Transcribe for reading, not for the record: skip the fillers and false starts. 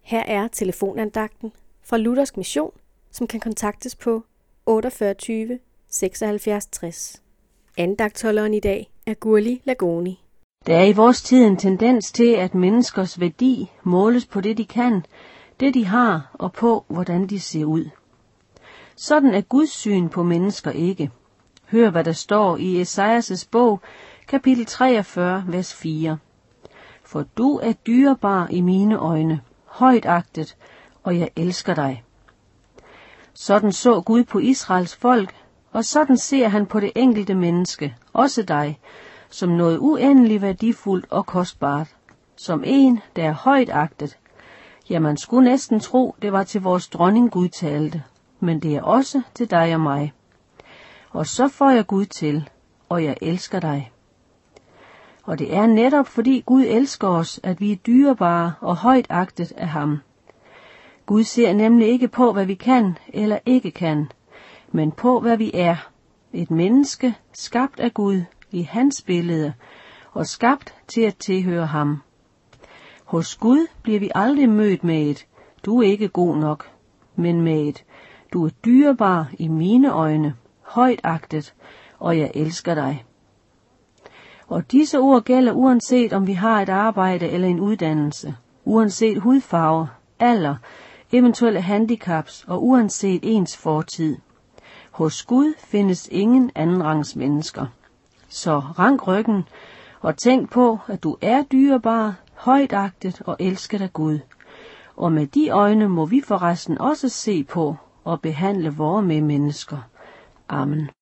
Her er telefonandagten fra Luthersk Mission, som kan kontaktes på 48 76 60. Andagtholderen i dag er Gurli Lagoni. Der er i vores tid en tendens til, at menneskers værdi måles på det, de kan, det, de har, og på, hvordan de ser ud. Sådan er Guds syn på mennesker ikke. Hør, hvad der står i Esajas' bog, kapitel 43, vers 4. For du er dyrebar i mine øjne, højtagtet, og jeg elsker dig. Sådan så Gud på Israels folk, og sådan ser han på det enkelte menneske, også dig, som noget uendelig værdifuldt og kostbart, som en, der er højtagtet. Ja, man skulle næsten tro, det var til vores dronning Gud talte, men det er også til dig og mig. Og så får jeg Gud til, og jeg elsker dig. Og det er netop fordi Gud elsker os, at vi er dyrebare og højtagtet af ham. Gud ser nemlig ikke på, hvad vi kan eller ikke kan, men på, hvad vi er. Et menneske, skabt af Gud i hans billede, og skabt til at tilhøre ham. Hos Gud bliver vi aldrig mødt med et, du er ikke god nok, men med et, du er dyrebar i mine øjne, højtagtet, og jeg elsker dig. Og disse ord gælder uanset om vi har et arbejde eller en uddannelse, uanset hudfarve, alder, eventuelle handicaps og uanset ens fortid. Hos Gud findes ingen andenrangs mennesker. Så rank ryggen og tænk på, at du er dyrebar, højtagtet og elsket af Gud. Og med de øjne må vi forresten også se på og behandle vore medmennesker. Amen.